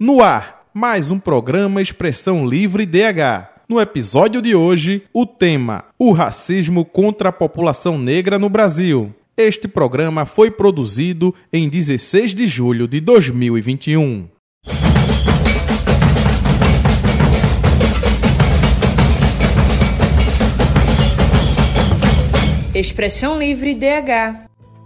No ar, mais um programa Expressão Livre DH. No episódio de hoje, o tema: o racismo contra a população negra no Brasil. Este programa foi produzido em 16 de julho de 2021. Expressão Livre DH.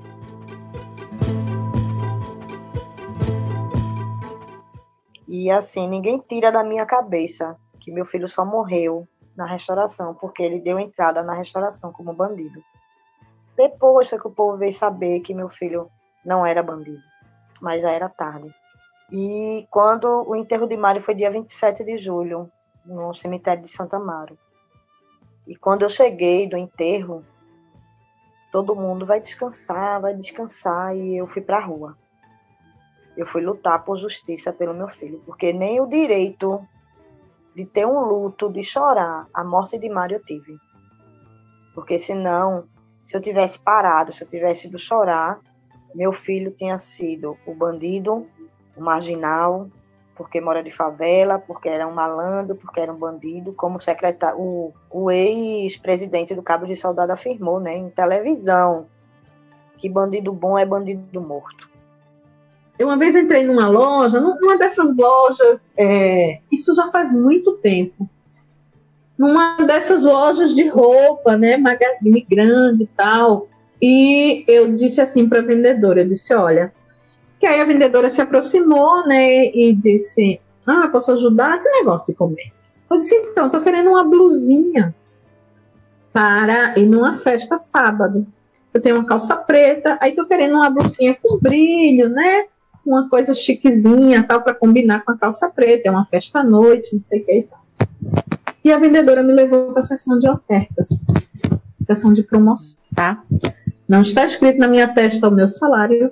E assim, ninguém tira da minha cabeça que meu filho só morreu na restauração, porque ele deu entrada na restauração como bandido. Depois foi que o povo veio saber que meu filho não era bandido, mas já era tarde. E quando o enterro de Mário foi dia 27 de julho, no cemitério de Santo Amaro. E quando eu cheguei do enterro, todo mundo vai descansar, e eu fui para a rua. Eu fui lutar por justiça pelo meu filho, porque nem o direito de ter um luto, de chorar a morte de Mário eu tive. Porque senão, se eu tivesse parado, se eu tivesse ido chorar, meu filho tinha sido o bandido, o marginal, porque mora de favela, porque era um malandro, porque era um bandido, como o ex-presidente do Cabo de Saudade afirmou, né, em televisão, que bandido bom é bandido morto. Eu uma vez entrei numa loja, numa dessas lojas, isso já faz muito tempo, numa dessas lojas de roupa, né, Magazine grande e tal, e eu disse assim para a vendedora, eu disse, olha, que aí a vendedora se aproximou, né, e disse, posso ajudar? Que negócio de comércio? Eu disse, então, tô querendo uma blusinha para ir numa festa sábado. Eu tenho uma calça preta, aí tô querendo uma blusinha com brilho, né, uma coisa chiquezinha, tal, para combinar com a calça preta, é uma festa à noite, não sei o que e tal. E a vendedora me levou para a seção de ofertas, seção de promoção, tá? Não está escrito na minha testa o meu salário,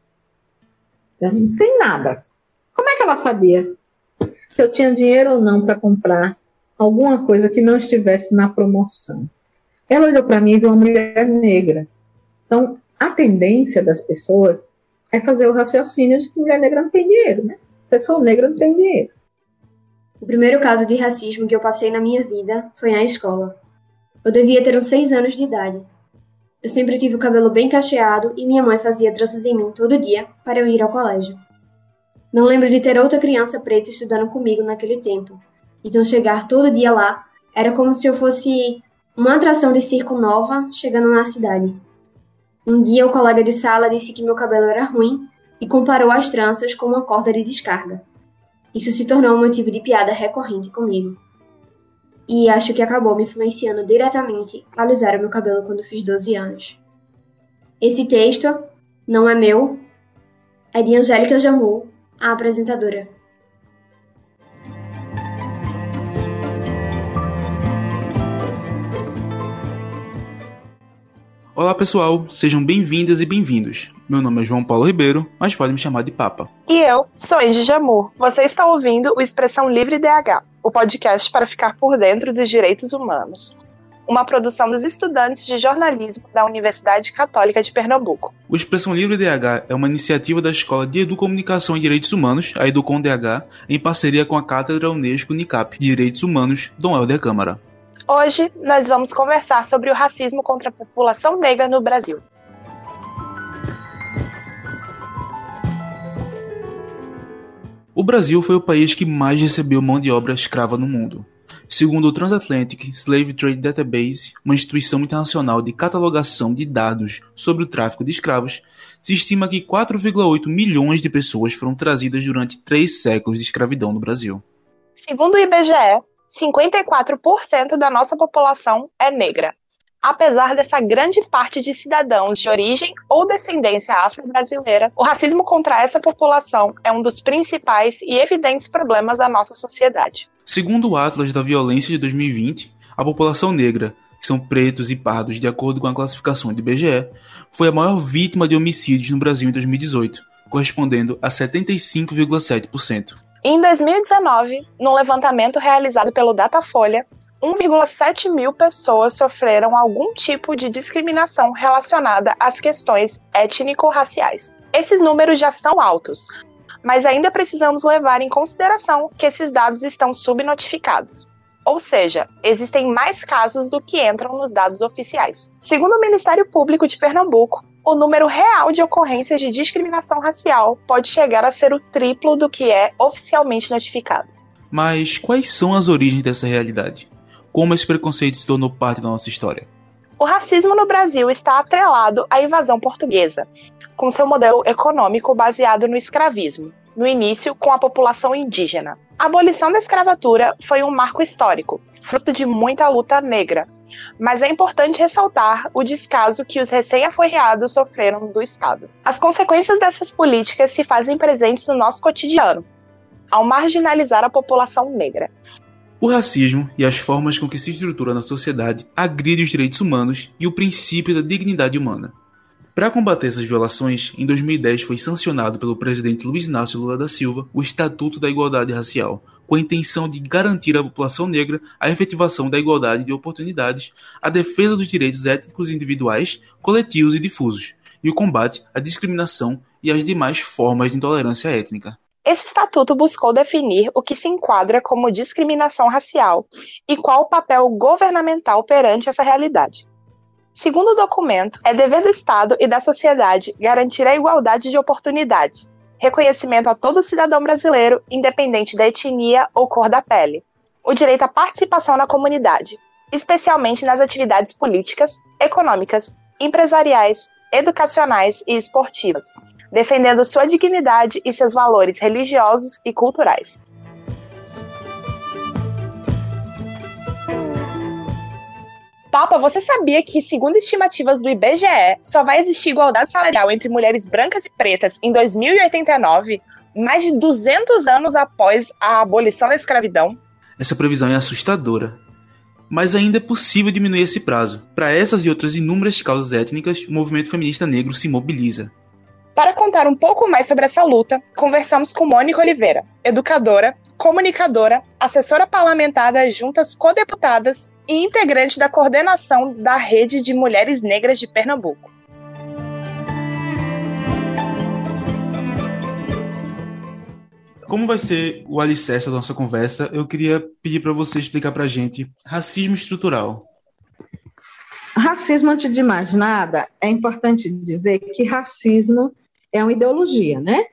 não tem nada. Como é que ela sabia se eu tinha dinheiro ou não para comprar alguma coisa que não estivesse na promoção? Ela olhou para mim e viu uma mulher negra. Então, a tendência das pessoas é fazer o raciocínio de que mulher negra não tem dinheiro, né? Pessoa negra não tem dinheiro. O primeiro caso de racismo que eu passei na minha vida foi na escola. Eu devia ter uns 6 anos de idade. Eu sempre tive o cabelo bem cacheado e minha mãe fazia tranças em mim todo dia para eu ir ao colégio. Não lembro de ter outra criança preta estudando comigo naquele tempo. Então chegar todo dia lá era como se eu fosse uma atração de circo nova chegando na cidade. Um dia, o colega de sala disse que meu cabelo era ruim e comparou as tranças com uma corda de descarga. Isso se tornou um motivo de piada recorrente comigo. E acho que acabou me influenciando diretamente a alisar o meu cabelo quando fiz 12 anos. Esse texto não é meu, é de Angélica Jamur, a apresentadora. Olá pessoal, sejam bem-vindas e bem-vindos. Meu nome é João Paulo Ribeiro, mas pode me chamar de Papa. E eu sou Angie Jamur. Você está ouvindo o Expressão Livre DH, o podcast para ficar por dentro dos direitos humanos. Uma produção dos estudantes de jornalismo da Universidade Católica de Pernambuco. O Expressão Livre DH é uma iniciativa da Escola de Educomunicação e Direitos Humanos, a EducomDH, em parceria com a Cátedra Unesco Unicap de Direitos Humanos, Dom Helder Câmara. Hoje, nós vamos conversar sobre o racismo contra a população negra no Brasil. O Brasil foi o país que mais recebeu mão de obra escrava no mundo. Segundo o Transatlantic Slave Trade Database, uma instituição internacional de catalogação de dados sobre o tráfico de escravos, se estima que 4,8 milhões de pessoas foram trazidas durante 3 séculos de escravidão no Brasil. Segundo o IBGE, 54% da nossa população é negra. Apesar dessa grande parte de cidadãos de origem ou descendência afro-brasileira, o racismo contra essa população é um dos principais e evidentes problemas da nossa sociedade. Segundo o Atlas da Violência de 2020, a população negra, que são pretos e pardos de acordo com a classificação do IBGE, foi a maior vítima de homicídios no Brasil em 2018, correspondendo a 75,7%. Em 2019, num levantamento realizado pelo Datafolha, 1,7 mil pessoas sofreram algum tipo de discriminação relacionada às questões étnico-raciais. Esses números já são altos, mas ainda precisamos levar em consideração que esses dados estão subnotificados. Ou seja, existem mais casos do que entram nos dados oficiais. Segundo o Ministério Público de Pernambuco, o número real de ocorrências de discriminação racial pode chegar a ser o triplo do que é oficialmente notificado. Mas quais são as origens dessa realidade? Como esse preconceito se tornou parte da nossa história? O racismo no Brasil está atrelado à invasão portuguesa, com seu modelo econômico baseado no escravismo, no início com a população indígena. A abolição da escravatura foi um marco histórico, fruto de muita luta negra, mas é importante ressaltar o descaso que os recém-aforreados sofreram do Estado. As consequências dessas políticas se fazem presentes no nosso cotidiano, ao marginalizar a população negra. O racismo e as formas com que se estrutura na sociedade agridem os direitos humanos e o princípio da dignidade humana. Para combater essas violações, em 2010 foi sancionado pelo presidente Luiz Inácio Lula da Silva o Estatuto da Igualdade Racial, com a intenção de garantir à população negra a efetivação da igualdade de oportunidades, a defesa dos direitos étnicos individuais, coletivos e difusos, e o combate à discriminação e às demais formas de intolerância étnica. Esse estatuto buscou definir o que se enquadra como discriminação racial e qual o papel governamental perante essa realidade. Segundo o documento, é dever do Estado e da sociedade garantir a igualdade de oportunidades, reconhecimento a todo cidadão brasileiro, independente da etnia ou cor da pele, o direito à participação na comunidade, especialmente nas atividades políticas, econômicas, empresariais, educacionais e esportivas, defendendo sua dignidade e seus valores religiosos e culturais. Papa, você sabia que, segundo estimativas do IBGE, só vai existir igualdade salarial entre mulheres brancas e pretas em 2089, mais de 200 anos após a abolição da escravidão? Essa previsão é assustadora. Mas ainda é possível diminuir esse prazo. Para essas e outras inúmeras causas étnicas, o movimento feminista negro se mobiliza. Para contar um pouco mais sobre essa luta, conversamos com Mônica Oliveira, educadora, comunicadora, assessora parlamentar das Juntas Codeputadas e integrante da coordenação da Rede de Mulheres Negras de Pernambuco. Como vai ser o alicerce da nossa conversa, eu queria pedir para você explicar para a gente racismo estrutural. Racismo, antes de mais nada, é importante dizer que racismo é uma ideologia, né?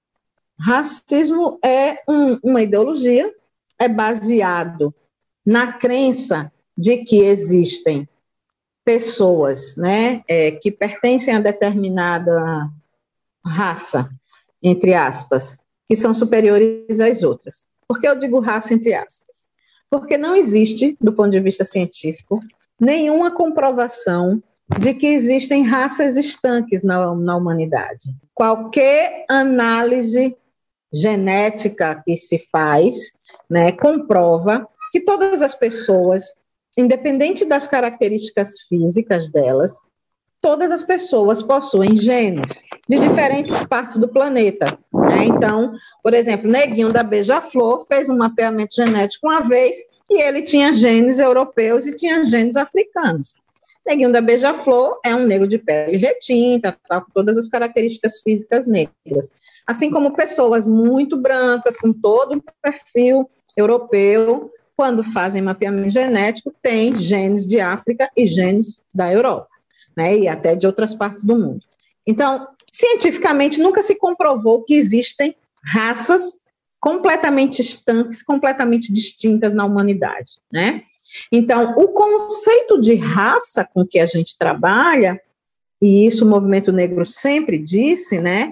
Racismo é uma ideologia, é baseado na crença de que existem pessoas, né, que pertencem a determinada raça, entre aspas, que são superiores às outras. Por que eu digo raça entre aspas? Porque não existe, do ponto de vista científico, nenhuma comprovação de que existem raças estanques na humanidade. Qualquer análise genética que se faz, né, comprova que todas as pessoas, independente das características físicas delas, todas as pessoas possuem genes de diferentes partes do planeta, né? Então, por exemplo, Neguinho da Beija-Flor fez um mapeamento genético uma vez e ele tinha genes europeus e tinha genes africanos. Neguinho da Beija-Flor é um negro de pele retinta, tá, com todas as características físicas negras. Assim como pessoas muito brancas, com todo um perfil europeu, quando fazem mapeamento genético, têm genes de África e genes da Europa, né, e até de outras partes do mundo. Então, cientificamente, nunca se comprovou que existem raças completamente estanques, completamente distintas na humanidade, né? Então, o conceito de raça com que a gente trabalha, e isso o movimento negro sempre disse, né,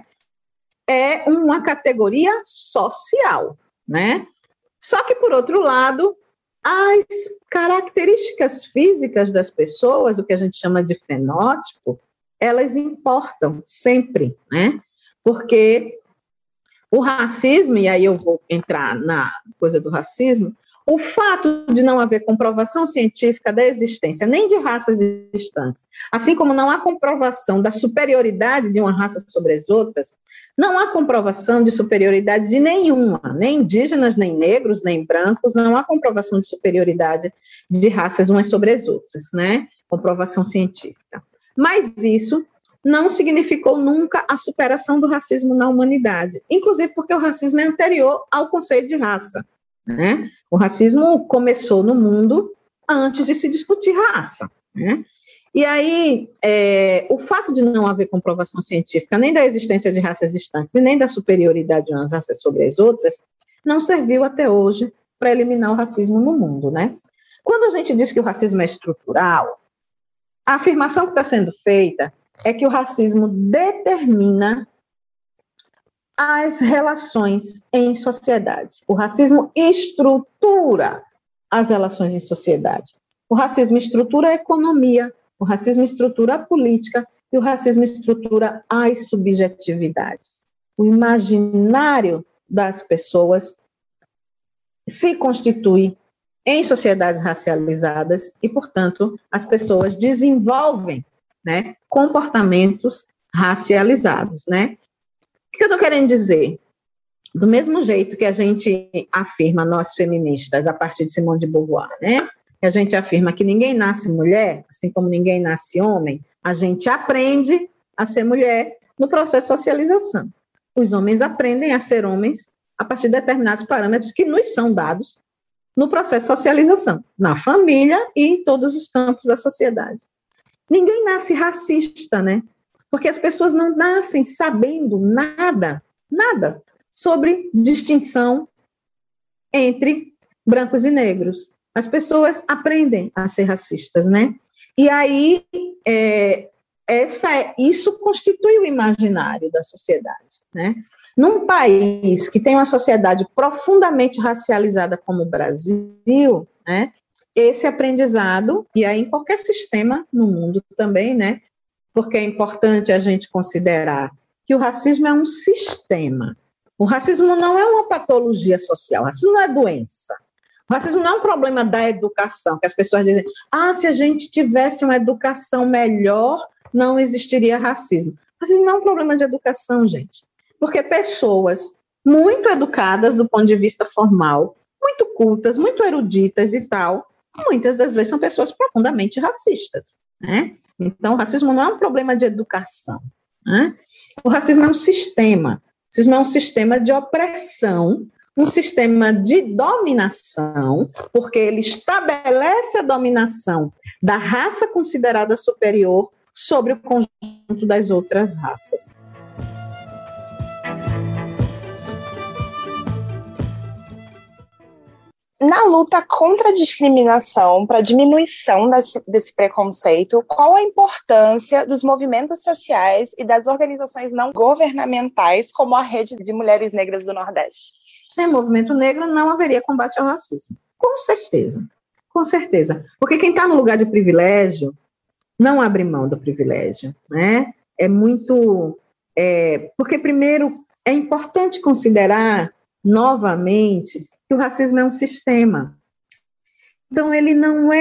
é uma categoria social, né? Só que, por outro lado, as características físicas das pessoas, o que a gente chama de fenótipo, elas importam sempre, né? Porque o racismo, e aí eu vou entrar na coisa do racismo, o fato de não haver comprovação científica da existência nem de raças estanques, assim como não há comprovação da superioridade de uma raça sobre as outras, não há comprovação de superioridade de nenhuma, nem indígenas, nem negros, nem brancos, não há comprovação de superioridade de raças umas sobre as outras, né? Comprovação científica. Mas isso não significou nunca a superação do racismo na humanidade, inclusive porque o racismo é anterior ao conceito de raça, né? O racismo começou no mundo antes de se discutir raça, né? E aí, o fato de não haver comprovação científica nem da existência de raças distantes e nem da superioridade de umas raças sobre as outras, não serviu até hoje para eliminar o racismo no mundo, né? Quando a gente diz que o racismo é estrutural, a afirmação que está sendo feita é que o racismo determina as relações em sociedade. O racismo estrutura as relações em sociedade. O racismo estrutura a economia, o racismo estrutura a política e o racismo estrutura as subjetividades. O imaginário das pessoas se constitui em sociedades racializadas e, portanto, as pessoas desenvolvem, né, comportamentos racializados, né? O que eu estou querendo dizer? Do mesmo jeito que a gente afirma, nós feministas, a partir de Simone de Beauvoir, né? Que a gente afirma que ninguém nasce mulher, assim como ninguém nasce homem, a gente aprende a ser mulher no processo de socialização. Os homens aprendem a ser homens a partir de determinados parâmetros que nos são dados no processo de socialização, na família e em todos os campos da sociedade. Ninguém nasce racista, né? Porque as pessoas não nascem sabendo nada sobre distinção entre brancos e negros. As pessoas aprendem a ser racistas, né? E aí, isso constitui o imaginário da sociedade, né? Num país que tem uma sociedade profundamente racializada como o Brasil, né, esse aprendizado, e aí em qualquer sistema no mundo também, né, porque é importante a gente considerar que o racismo é um sistema. O racismo não é uma patologia social, o racismo não é doença. O racismo não é um problema da educação, que as pessoas dizem, se a gente tivesse uma educação melhor, não existiria racismo. O racismo não é um problema de educação, gente. Porque pessoas muito educadas do ponto de vista formal, muito cultas, muito eruditas e tal, muitas das vezes são pessoas profundamente racistas, né? Então, o racismo não é um problema de educação, né? O racismo é um sistema. O racismo é um sistema de opressão, um sistema de dominação, porque ele estabelece a dominação da raça considerada superior sobre o conjunto das outras raças. Na luta contra a discriminação, para a diminuição desse preconceito, qual a importância dos movimentos sociais e das organizações não governamentais, como a Rede de Mulheres Negras do Nordeste? Sem movimento negro não haveria combate ao racismo. Com certeza. Com certeza. Porque quem está no lugar de privilégio não abre mão do privilégio, né? É muito... porque, primeiro, é importante considerar novamente que o racismo é um sistema. Então, ele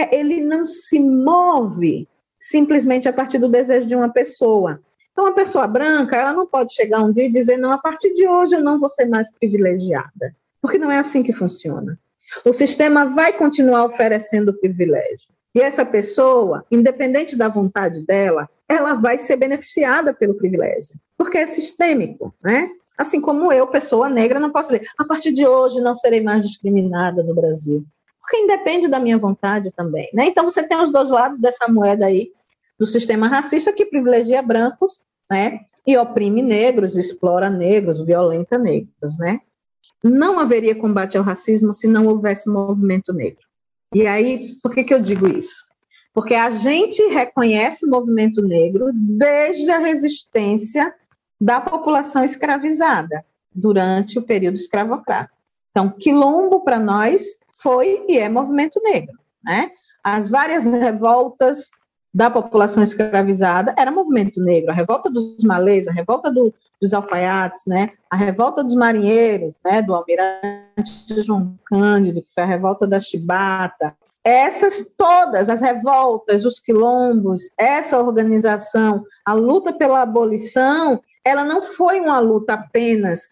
não se move simplesmente a partir do desejo de uma pessoa. Então, uma pessoa branca, ela não pode chegar um dia e dizer, não, a partir de hoje eu não vou ser mais privilegiada. Porque não é assim que funciona. O sistema vai continuar oferecendo privilégio. E essa pessoa, independente da vontade dela, ela vai ser beneficiada pelo privilégio. Porque é sistêmico, né? Assim como eu, pessoa negra, não posso dizer, a partir de hoje não serei mais discriminada no Brasil. Porque independe da minha vontade também, né? Então, você tem os dois lados dessa moeda aí, do sistema racista que privilegia brancos, né? E oprime negros, explora negros, violenta negros, né? Não haveria combate ao racismo se não houvesse movimento negro. E aí, por que eu digo isso? Porque a gente reconhece o movimento negro desde a resistência da população escravizada durante o período escravocrata. Então, quilombo para nós foi e é movimento negro, né? As várias revoltas da população escravizada era movimento negro, a revolta dos malês, a revolta dos alfaiates, né? A revolta dos marinheiros, né? Do almirante João Cândido, que foi a revolta da Chibata. Essas todas, as revoltas, os quilombos, essa organização, a luta pela abolição, ela não foi uma luta apenas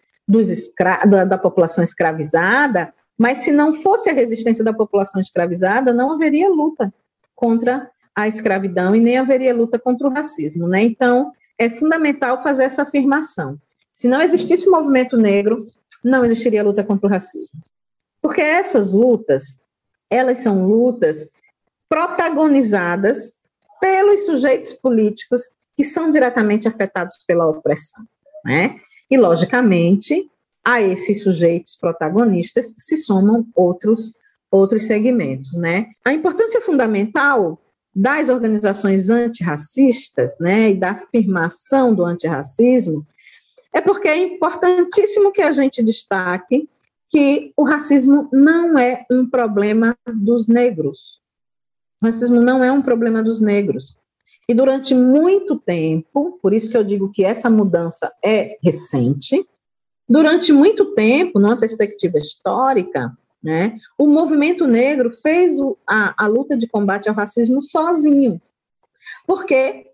da população escravizada, mas se não fosse a resistência da população escravizada, não haveria luta contra a escravidão e nem haveria luta contra o racismo, né? Então, é fundamental fazer essa afirmação. Se não existisse o movimento negro, não existiria a luta contra o racismo. Porque essas lutas, elas são lutas protagonizadas pelos sujeitos políticos que são diretamente afetados pela opressão, né? E, logicamente, a esses sujeitos protagonistas se somam outros segmentos, né? A importância fundamental das organizações antirracistas, né, e da afirmação do antirracismo, é porque é importantíssimo que a gente destaque que o racismo não é um problema dos negros. O racismo não é um problema dos negros. E durante muito tempo, por isso que eu digo que essa mudança é recente, durante muito tempo, numa perspectiva histórica, né, o movimento negro fez a luta de combate ao racismo sozinho, porque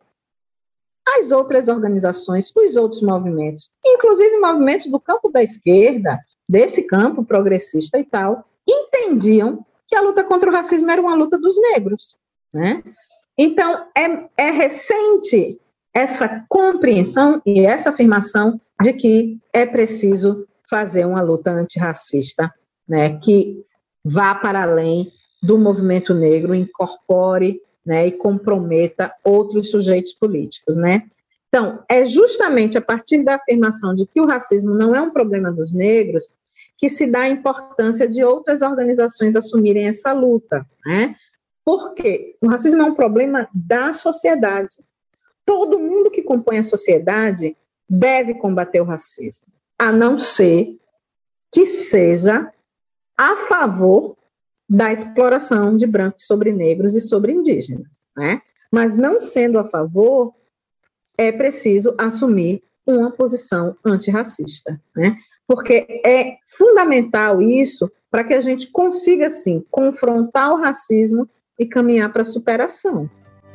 as outras organizações, os outros movimentos, inclusive movimentos do campo da esquerda, desse campo progressista e tal, entendiam que a luta contra o racismo era uma luta dos negros, né? Então, é recente essa compreensão e essa afirmação de que é preciso fazer uma luta antirracista, né, que vá para além do movimento negro, incorpore, né, e comprometa outros sujeitos políticos, né? Então, é justamente a partir da afirmação de que o racismo não é um problema dos negros que se dá a importância de outras organizações assumirem essa luta, né? Porque o racismo é um problema da sociedade. Todo mundo que compõe a sociedade deve combater o racismo, a não ser que seja a favor da exploração de brancos sobre negros e sobre indígenas, né? Mas não sendo a favor, é preciso assumir uma posição antirracista, né? Porque é fundamental isso para que a gente consiga, sim, confrontar o racismo e caminhar para a superação.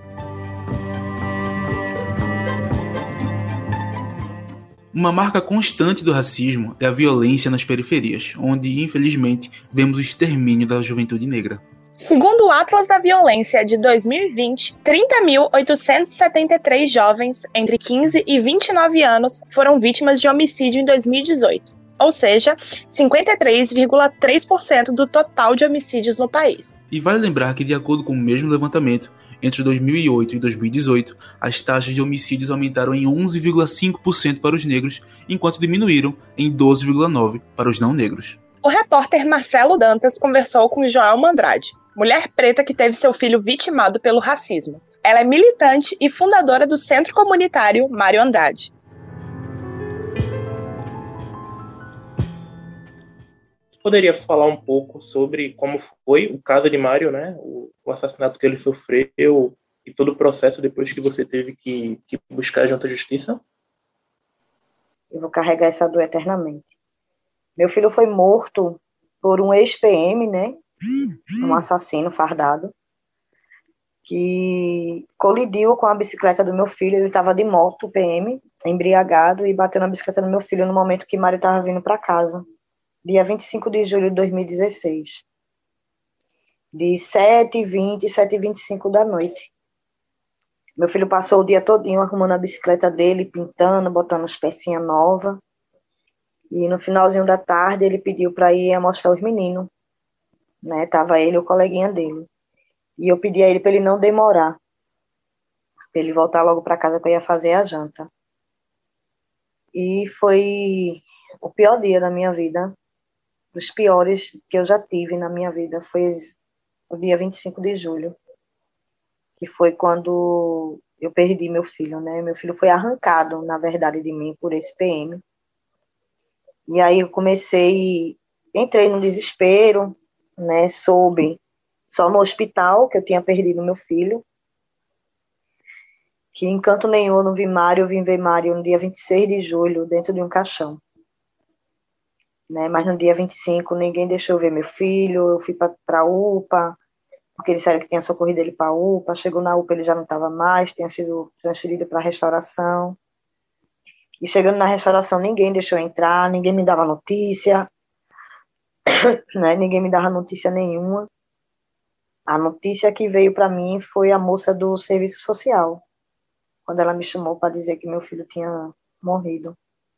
Uma marca constante do racismo é a violência nas periferias, onde, infelizmente, vemos o extermínio da juventude negra. Segundo o Atlas da Violência de 2020, 30.873 jovens entre 15 e 29 anos foram vítimas de homicídio em 2018, ou seja, 53,3% do total de homicídios no país. E vale lembrar que, de acordo com o mesmo levantamento, entre 2008 e 2018, as taxas de homicídios aumentaram em 11,5% para os negros, enquanto diminuíram em 12,9% para os não negros. O repórter Marcelo Dantas conversou com Joelma Andrade, mulher preta que teve seu filho vitimado pelo racismo. Ela é militante e fundadora do Centro Comunitário Mário Andrade. Poderia falar um pouco sobre como foi o caso de Mário, né? O assassinato que ele sofreu e todo o processo depois que você teve que buscar junto à justiça? Eu vou carregar essa dor eternamente. Meu filho foi morto por um ex-PM, né? Um assassino fardado, que colidiu com a bicicleta do meu filho. Ele estava de moto, PM, embriagado, e bateu na bicicleta do meu filho no momento que Mário estava vindo para casa. Dia 25 de julho de 2016, de 7h20, 7h25 da noite. Meu filho passou o dia todinho arrumando a bicicleta dele, pintando, botando as pecinhas novas. E no finalzinho da tarde ele pediu para ir mostrar os meninos, né? Tava ele e o coleguinha dele. E eu pedi a ele para ele não demorar, para ele voltar logo para casa que eu ia fazer a janta. E foi o pior dia da minha vida. Os piores que eu já tive na minha vida foi o dia 25 de julho, que foi quando eu perdi meu filho, né? Meu filho foi arrancado, na verdade, de mim por esse PM. E aí eu entrei no desespero, né? Soube só no hospital que eu tinha perdido meu filho, que em canto nenhum eu não vi Mário. Eu vim ver Mário no dia 26 de julho, dentro de um caixão. Né, mas no dia 25 ninguém deixou eu ver meu filho. Eu fui para a UPA, porque eles disseram que tinha socorrido ele para a UPA. Chegou na UPA, ele já não estava mais, tinha sido transferido para a restauração. E chegando na restauração, ninguém deixou eu entrar, ninguém me dava notícia, né, ninguém me dava notícia nenhuma. A notícia que veio para mim foi a moça do serviço social, quando ela me chamou para dizer que meu filho tinha morrido.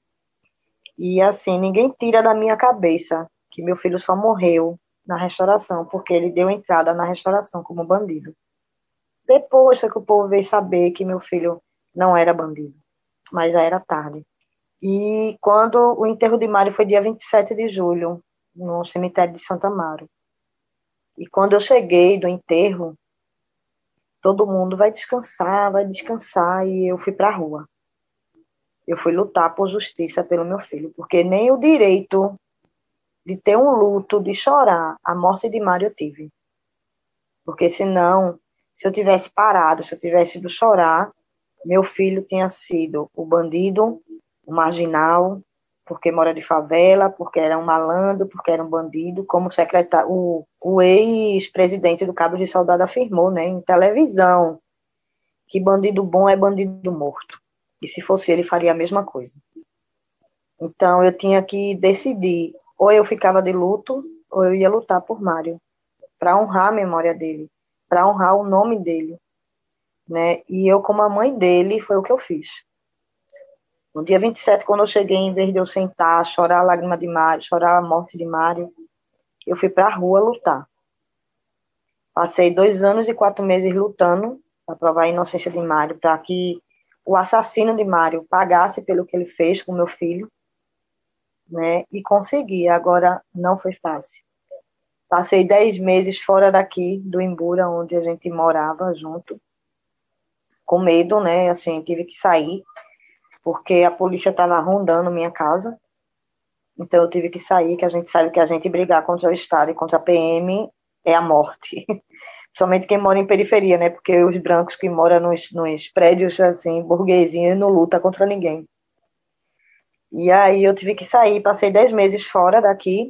E assim, ninguém tira da minha cabeça que meu filho só morreu na restauração, porque ele deu entrada na restauração como bandido. Depois foi que o povo veio saber que meu filho não era bandido, mas já era tarde. E quando o enterro de Mário foi dia 27 de julho, no cemitério de Santa Amaro. E quando eu cheguei do enterro, todo mundo vai descansar, e eu fui para a rua. Eu fui lutar por justiça pelo meu filho, porque nem o direito de ter um luto, de chorar a morte de Mário eu tive. Porque senão, se eu tivesse parado, se eu tivesse ido chorar, meu filho tinha sido o bandido, o marginal, porque mora de favela, porque era um malandro, porque era um bandido, como o ex-presidente do Cabo de Saudade afirmou, né, em televisão, que bandido bom é bandido morto. E se fosse ele, faria a mesma coisa. Então, eu tinha que decidir, ou eu ficava de luto, ou eu ia lutar por Mário, para honrar a memória dele, para honrar o nome dele, né? E eu, como a mãe dele, foi o que eu fiz. No dia 27, quando eu cheguei, em vez de eu sentar, chorar a lágrima de Mário, chorar a morte de Mário, eu fui para a rua lutar. Passei 2 anos e 4 meses lutando para provar a inocência de Mário, para que o assassino de Mário pagasse pelo que ele fez com meu filho, né? E consegui. Agora, não foi fácil. Passei 10 meses fora daqui, do Imbura, onde a gente morava junto, com medo, né? Assim, tive que sair, porque a polícia estava rondando minha casa. Então, eu tive que sair, que a gente sabe que a gente brigar contra o Estado e contra a PM é a morte. Principalmente quem mora em periferia, né? Porque os brancos que moram nos prédios, assim, burguesinhos, não luta contra ninguém. E aí eu tive que sair, passei 10 meses fora daqui,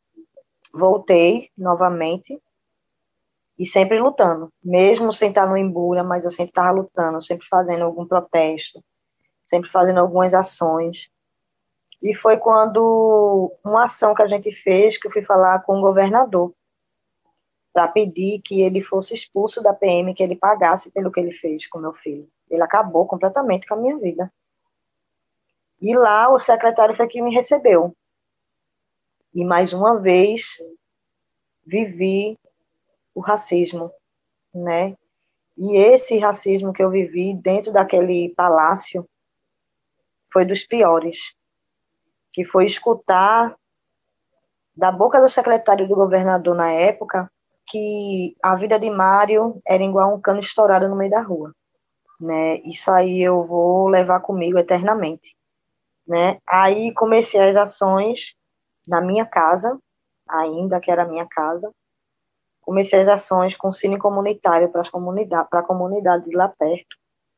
voltei novamente, e sempre lutando. Mesmo sem estar no Imbura, mas eu sempre estava lutando, sempre fazendo algum protesto, sempre fazendo algumas ações. E foi quando uma ação que a gente fez, que eu fui falar com o governador, para pedir que ele fosse expulso da PM, que ele pagasse pelo que ele fez com meu filho. Ele acabou completamente com a minha vida. E lá o secretário foi que me recebeu. E mais uma vez vivi o racismo, né? E esse racismo que eu vivi dentro daquele palácio foi dos piores, que foi escutar da boca do secretário do governador na época que a vida de Mário era igual um cano estourado no meio da rua, né? Isso aí eu vou levar comigo eternamente, né? Aí comecei as ações na minha casa, ainda que era a minha casa. Comecei as ações com cine comunitário para a comunidade de lá perto.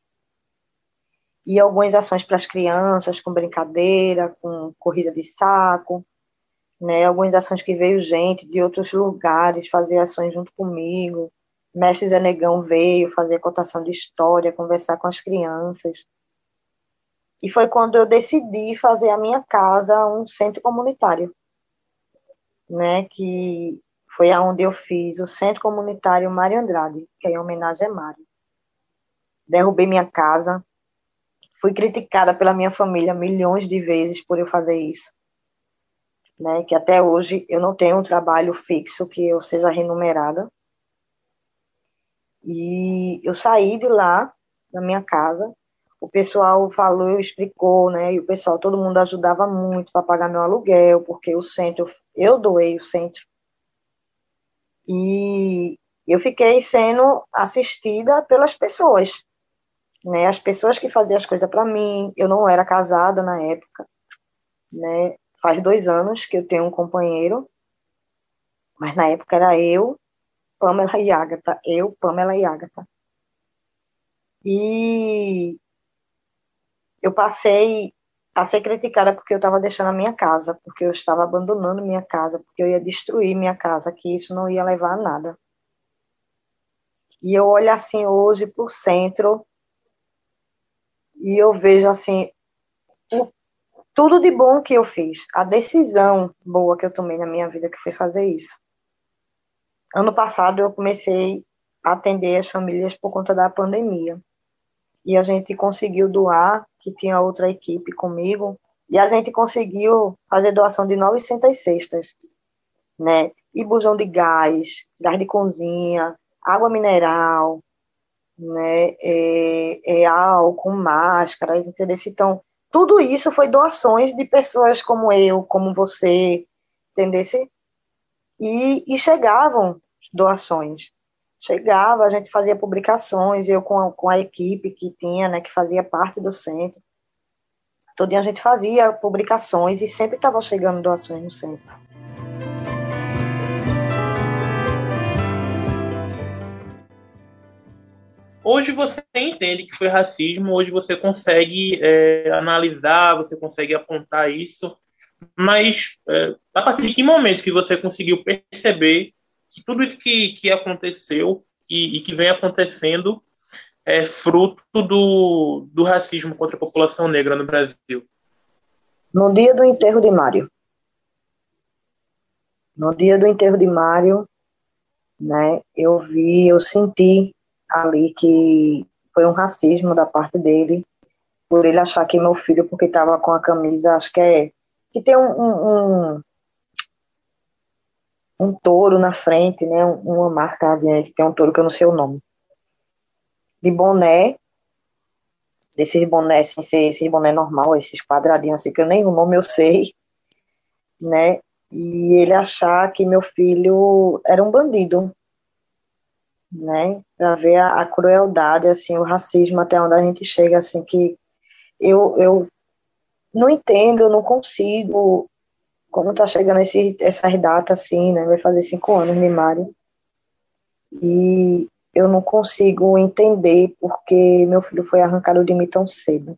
E algumas ações para as crianças, com brincadeira, com corrida de saco, né? Algumas ações que veio gente de outros lugares fazer ações junto comigo. Mestre Zé Negão veio fazer cotação de história, conversar com as crianças. E foi quando eu decidi fazer a minha casa um centro comunitário, né? Que foi aonde eu fiz o Centro Comunitário Mário Andrade, que é em homenagem a Mário. Derrubei minha casa, fui criticada pela minha família milhões de vezes por eu fazer isso, né? Que até hoje eu não tenho um trabalho fixo que eu seja remunerada. E eu saí de lá, da minha casa, o pessoal falou, explicou, né? E o pessoal, todo mundo ajudava muito para pagar meu aluguel, porque o centro, eu doei o centro. E eu fiquei sendo assistida pelas pessoas, né? As pessoas que faziam as coisas para mim. Eu não era casada na época, né? Faz 2 anos que eu tenho um companheiro, mas na época era eu, Pamela e Ágata. Eu, Pamela e Ágata. E eu passei a ser criticada porque eu estava deixando a minha casa, porque eu estava abandonando minha casa, porque eu ia destruir minha casa, que isso não ia levar a nada. E eu olho assim hoje para o centro e eu vejo assim tudo de bom que eu fiz, a decisão boa que eu tomei na minha vida, que foi fazer isso. Ano passado eu comecei a atender as famílias por conta da pandemia. e a gente conseguiu doar, que tinha outra equipe comigo, e a gente conseguiu fazer doação de 900 cestas, né? E bujão de gás de cozinha, água mineral, né? Álcool, máscaras, entendeu? Então, tudo isso foi doações de pessoas como eu, como você, entendeu? E chegavam doações. Chegava, a gente fazia publicações, eu com a equipe que tinha, né, que fazia parte do centro. Todo dia a gente fazia publicações e sempre estavam chegando doações no centro. Hoje você entende que foi racismo, hoje você consegue analisar, você consegue apontar isso, mas a partir de que momento que você conseguiu perceber que tudo isso que aconteceu e que vem acontecendo é fruto do racismo contra a população negra no Brasil? No dia do enterro de Mário. No dia do enterro de Mário, né, eu senti ali que foi um racismo da parte dele, por ele achar que meu filho, porque estava com a camisa, acho que tem um touro na frente, né, uma marca que tem um touro que eu não sei o nome, de boné, desses bonés, sem ser esses boné normal, esses quadradinhos assim, que eu nem o nome eu sei, né, e ele achar que meu filho era um bandido, né, para ver a crueldade, assim, o racismo até onde a gente chega, assim, que eu não entendo, eu não consigo, como tá chegando essas datas, assim, né, vai fazer 5 anos de Mário, e eu não consigo entender porque meu filho foi arrancado de mim tão cedo,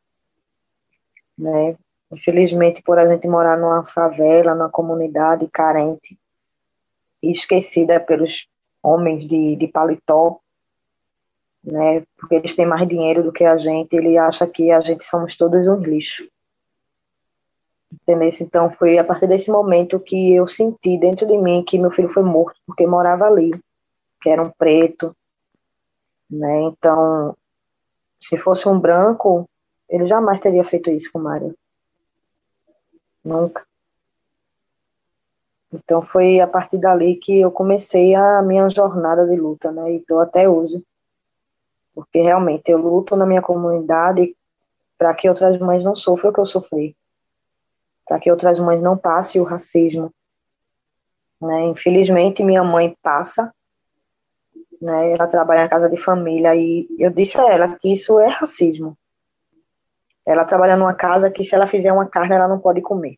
né, infelizmente por a gente morar numa favela, numa comunidade carente, e esquecida pelos homens de paletó, né, porque eles têm mais dinheiro do que a gente, ele acha que a gente somos todos uns lixos. Entendeu? Então foi a partir desse momento que eu senti dentro de mim que meu filho foi morto, porque morava ali, que era um preto, né, então se fosse um branco, ele jamais teria feito isso com o Mário. Nunca. Então foi a partir dali que eu comecei a minha jornada de luta, né, e estou até hoje. Porque realmente eu luto na minha comunidade para que outras mães não sofram o que eu sofri, para que outras mães não passem o racismo, né? Infelizmente minha mãe passa, né? Ela trabalha na casa de família e eu disse a ela que isso é racismo. Ela trabalha numa casa que se ela fizer uma carne ela não pode comer.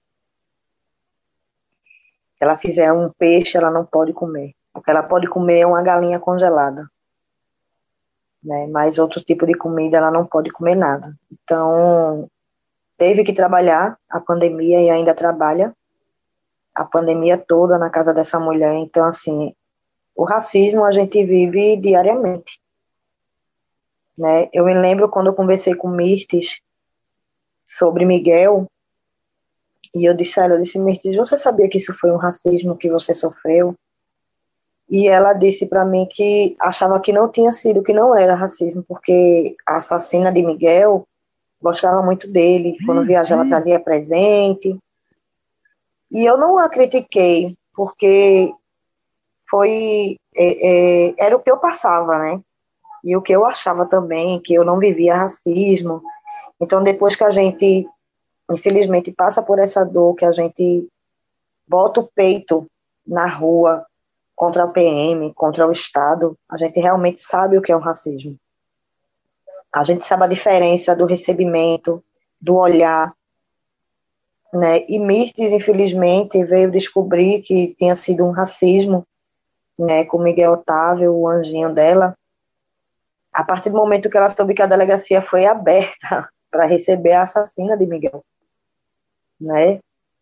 Se ela fizer um peixe ela não pode comer. O que ela pode comer é uma galinha congelada. Né, mas outro tipo de comida ela não pode comer nada. Então, teve que trabalhar a pandemia e ainda trabalha a pandemia toda na casa dessa mulher. Então, assim, o racismo a gente vive diariamente. Né? Eu me lembro quando eu conversei com Mirtes sobre Miguel, e eu disse a ela, Mirtes, você sabia que isso foi um racismo que você sofreu? E ela disse para mim que achava que não tinha sido, que não era racismo, porque a assassina de Miguel gostava muito dele, quando viajava trazia presente. E eu não a critiquei, porque era o que eu passava, né? E o que eu achava também, que eu não vivia racismo. Então, depois que a gente, infelizmente, passa por essa dor, que a gente bota o peito na rua, contra a PM, contra o Estado, a gente realmente sabe o que é o racismo. A gente sabe a diferença do recebimento, do olhar, né? E Mirtes, infelizmente, veio descobrir que tinha sido um racismo, né, com Miguel Otávio, o anjinho dela, a partir do momento que ela soube que a delegacia foi aberta para receber a assassina de Miguel, né?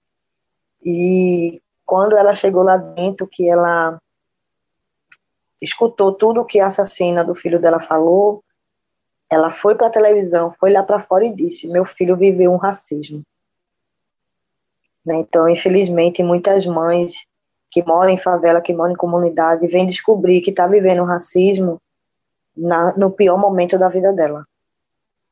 E quando ela chegou lá dentro, que ela escutou tudo o que a assassina do filho dela falou, ela foi para a televisão, foi lá para fora e disse, meu filho viveu um racismo. Né? Então, infelizmente, muitas mães que moram em favela, que moram em comunidade, vêm descobrir que está vivendo um racismo no pior momento da vida dela.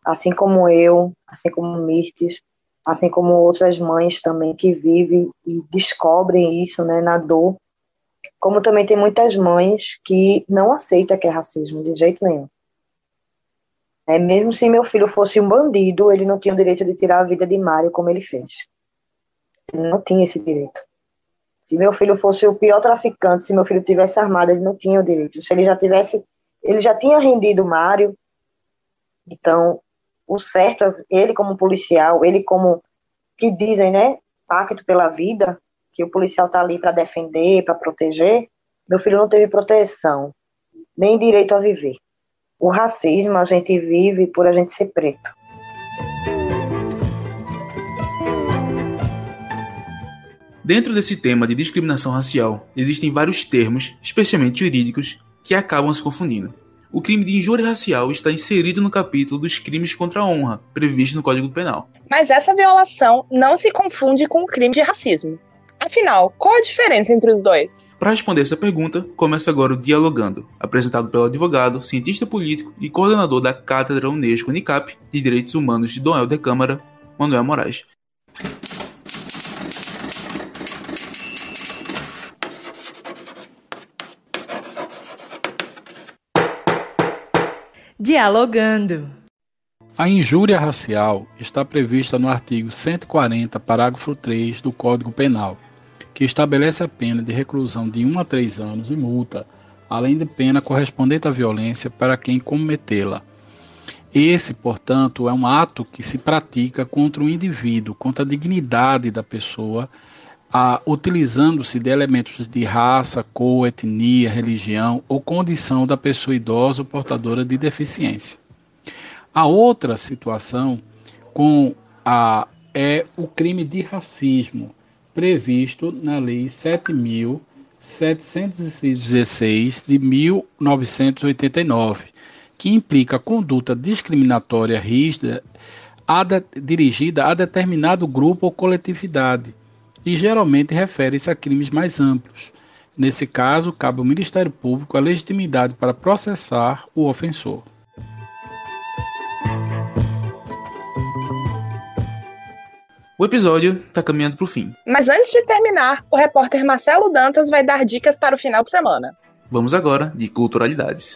assim como eu, assim como Mirtes, assim como outras mães também que vivem e descobrem isso, né, na dor, como também tem muitas mães que não aceitam que é racismo de jeito nenhum. Mesmo se meu filho fosse um bandido, ele não tinha o direito de tirar a vida de Mário como ele fez. Ele não tinha esse direito. Se meu filho fosse o pior traficante, se meu filho tivesse armado, ele não tinha o direito. Se ele já tivesse, ele já tinha rendido Mário. Então, o certo, ele como policial, ele como, que dizem, né, pacto pela vida, que o policial está ali para defender, para proteger, meu filho não teve proteção, nem direito a viver. O racismo a gente vive por a gente ser preto. Dentro desse tema de discriminação racial, existem vários termos, especialmente jurídicos, que acabam se confundindo. O crime de injúria racial está inserido no capítulo dos crimes contra a honra, previsto no Código Penal. Mas essa violação não se confunde com o crime de racismo. Afinal, qual a diferença entre os dois? Para responder essa pergunta, começa agora o Dialogando, apresentado pelo advogado, cientista político e coordenador da Cátedra Unesco Unicap de Direitos Humanos de Dom Helder Câmara, Manuel Moraes. Dialogando. A injúria racial está prevista no artigo 140, parágrafo 3 do Código Penal, que estabelece a pena de reclusão de 1 a 3 anos e multa, além de pena correspondente à violência para quem cometê-la. Esse, portanto, é um ato que se pratica contra o indivíduo, contra a dignidade da pessoa, utilizando-se de elementos de raça, cor, etnia, religião ou condição da pessoa idosa ou portadora de deficiência. A outra situação é o crime de racismo, previsto na Lei 7.716 de 1989, que implica conduta discriminatória rígida dirigida a determinado grupo ou coletividade, e geralmente refere-se a crimes mais amplos. Nesse caso, cabe ao Ministério Público a legitimidade para processar o ofensor. O episódio está caminhando para o fim. Mas antes de terminar, o repórter Marcelo Dantas vai dar dicas para o final de semana. Vamos agora de culturalidades.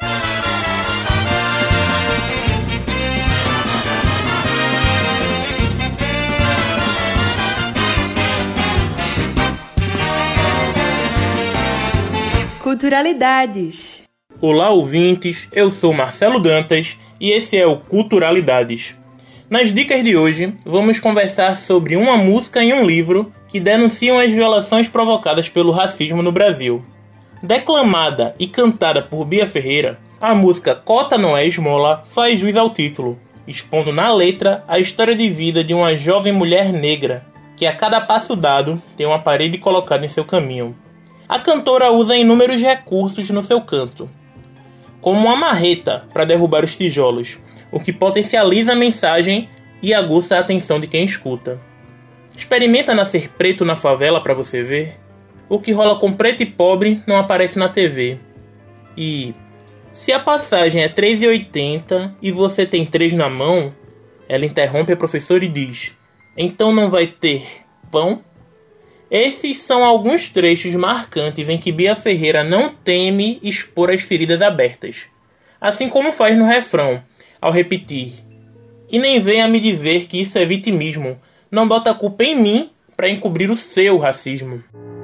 Culturalidades. Olá, ouvintes, eu sou Marcelo Dantas e esse é o Culturalidades. Nas dicas de hoje, vamos conversar sobre uma música e um livro que denunciam as violações provocadas pelo racismo no Brasil. Declamada e cantada por Bia Ferreira, a música Cota Não É Esmola faz jus ao título, expondo na letra a história de vida de uma jovem mulher negra, que a cada passo dado tem uma parede colocada em seu caminho. A cantora usa inúmeros recursos no seu canto, como uma marreta para derrubar os tijolos, o que potencializa a mensagem e aguça a atenção de quem escuta. Experimenta nascer preto na favela para você ver. O que rola com preto e pobre não aparece na TV. E se a passagem é R$ 3,80 e você tem 3 na mão, ela interrompe a professora e diz: então não vai ter pão? Esses são alguns trechos marcantes em que Bia Ferreira não teme expor as feridas abertas, assim como faz no refrão, ao repetir: e nem venha me dizer que isso é vitimismo, não bota a culpa em mim para encobrir o seu racismo.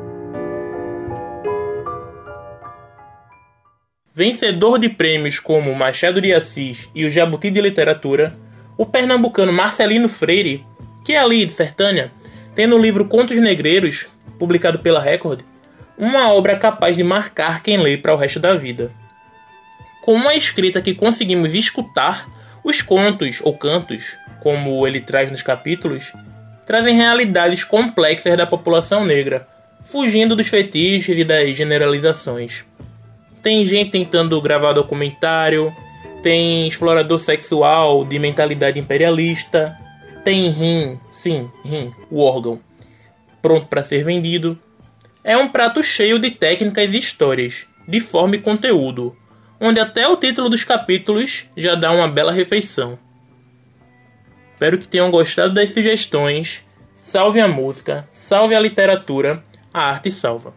Vencedor de prêmios como o Machado de Assis e o Jabuti de Literatura, o pernambucano Marcelino Freire, que é ali de Sertânia, tem no livro Contos Negreiros, publicado pela Record, uma obra capaz de marcar quem lê para o resto da vida. Com uma escrita que conseguimos escutar, os contos ou cantos, como ele traz nos capítulos, trazem realidades complexas da população negra, fugindo dos fetiches e das generalizações. Tem gente tentando gravar documentário, tem explorador sexual de mentalidade imperialista, tem rim, o órgão, pronto para ser vendido. É um prato cheio de técnicas e histórias, de forma e conteúdo, onde até o título dos capítulos já dá uma bela refeição. Espero que tenham gostado das sugestões. Salve a música, salve a literatura, a arte salva.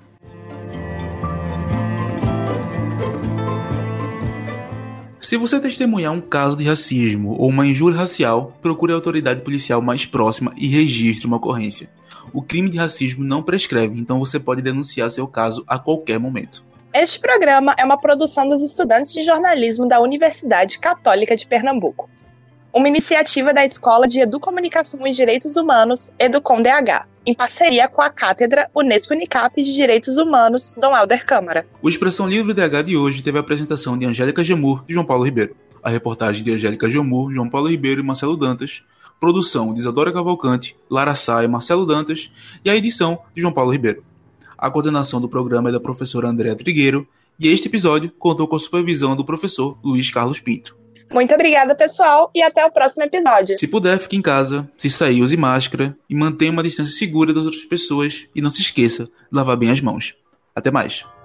Se você testemunhar um caso de racismo ou uma injúria racial, procure a autoridade policial mais próxima e registre uma ocorrência. O crime de racismo não prescreve, então você pode denunciar seu caso a qualquer momento. Este programa é uma produção dos estudantes de jornalismo da Universidade Católica de Pernambuco, uma iniciativa da Escola de Educomunicação e Direitos Humanos, EducomDH, em parceria com a Cátedra Unesco-Unicap de Direitos Humanos, Dom Helder Câmara. O Expressão Livre DH de hoje teve a apresentação de Angélica Gemur e João Paulo Ribeiro, a reportagem de Angélica Gemur, João Paulo Ribeiro e Marcelo Dantas, produção de Isadora Cavalcante, Lara Sá e Marcelo Dantas, e a edição de João Paulo Ribeiro. A coordenação do programa é da professora Andréa Trigueiro, e este episódio contou com a supervisão do professor Luiz Carlos Pinto. Muito obrigada, pessoal, e até o próximo episódio. Se puder, fique em casa, se sair, use máscara e mantenha uma distância segura das outras pessoas e não se esqueça de lavar bem as mãos. Até mais.